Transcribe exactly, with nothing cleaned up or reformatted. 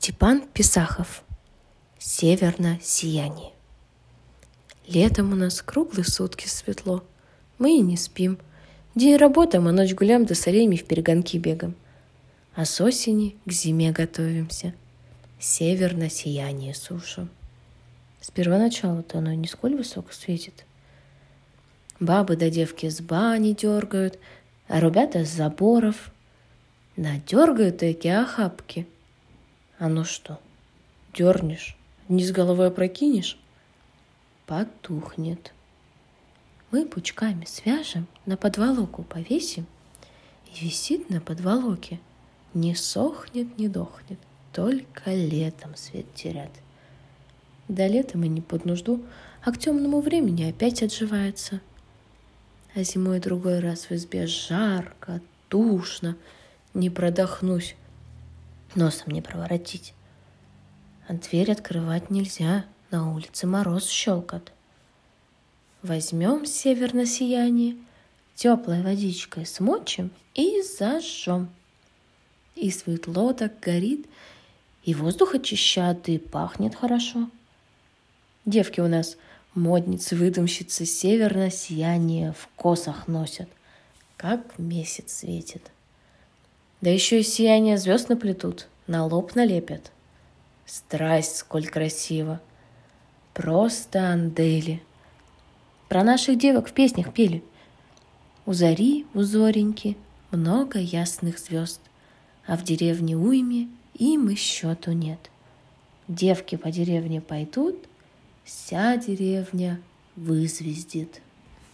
Степан Писахов. Северное сияние. Летом у нас круглые сутки светло. Мы и не спим. День работаем, а ночь гуляем, да с оленями вперегонки бегаем. А с осени к зиме готовимся. Северное сияние сушим. С первоначала-то оно не сколь высоко светит. Бабы да девки с бани дергают, а ребята с заборов. Надергают такие охапки. А ну что, дернешь, вниз головой опрокинешь? Потухнет. Мы пучками свяжем, на подволоку повесим, и висит на подволоке. Не сохнет, не дохнет, только летом свет терят. До лета мы не под нужду, а к темному времени опять отживается. А зимой другой раз в избе жарко, душно, не продохнусь, носом не проворотить. А дверь открывать нельзя, на улице мороз щелкот. Возьмем северное сияние, теплой водичкой смочим и зажжем. И светло так горит, и воздух очищает, и пахнет хорошо. Девки у нас модницы-выдумщицы северное сияние в косах носят, как месяц светит. Да еще и сияние звезд наплетут, на лоб налепят. Страсть, сколь красиво. Просто андели. Про наших девок в песнях пели. У зари, у зореньки, много ясных звезд, а в деревне уйме им и счету нет. Девки по деревне пойдут, вся деревня вызвездит.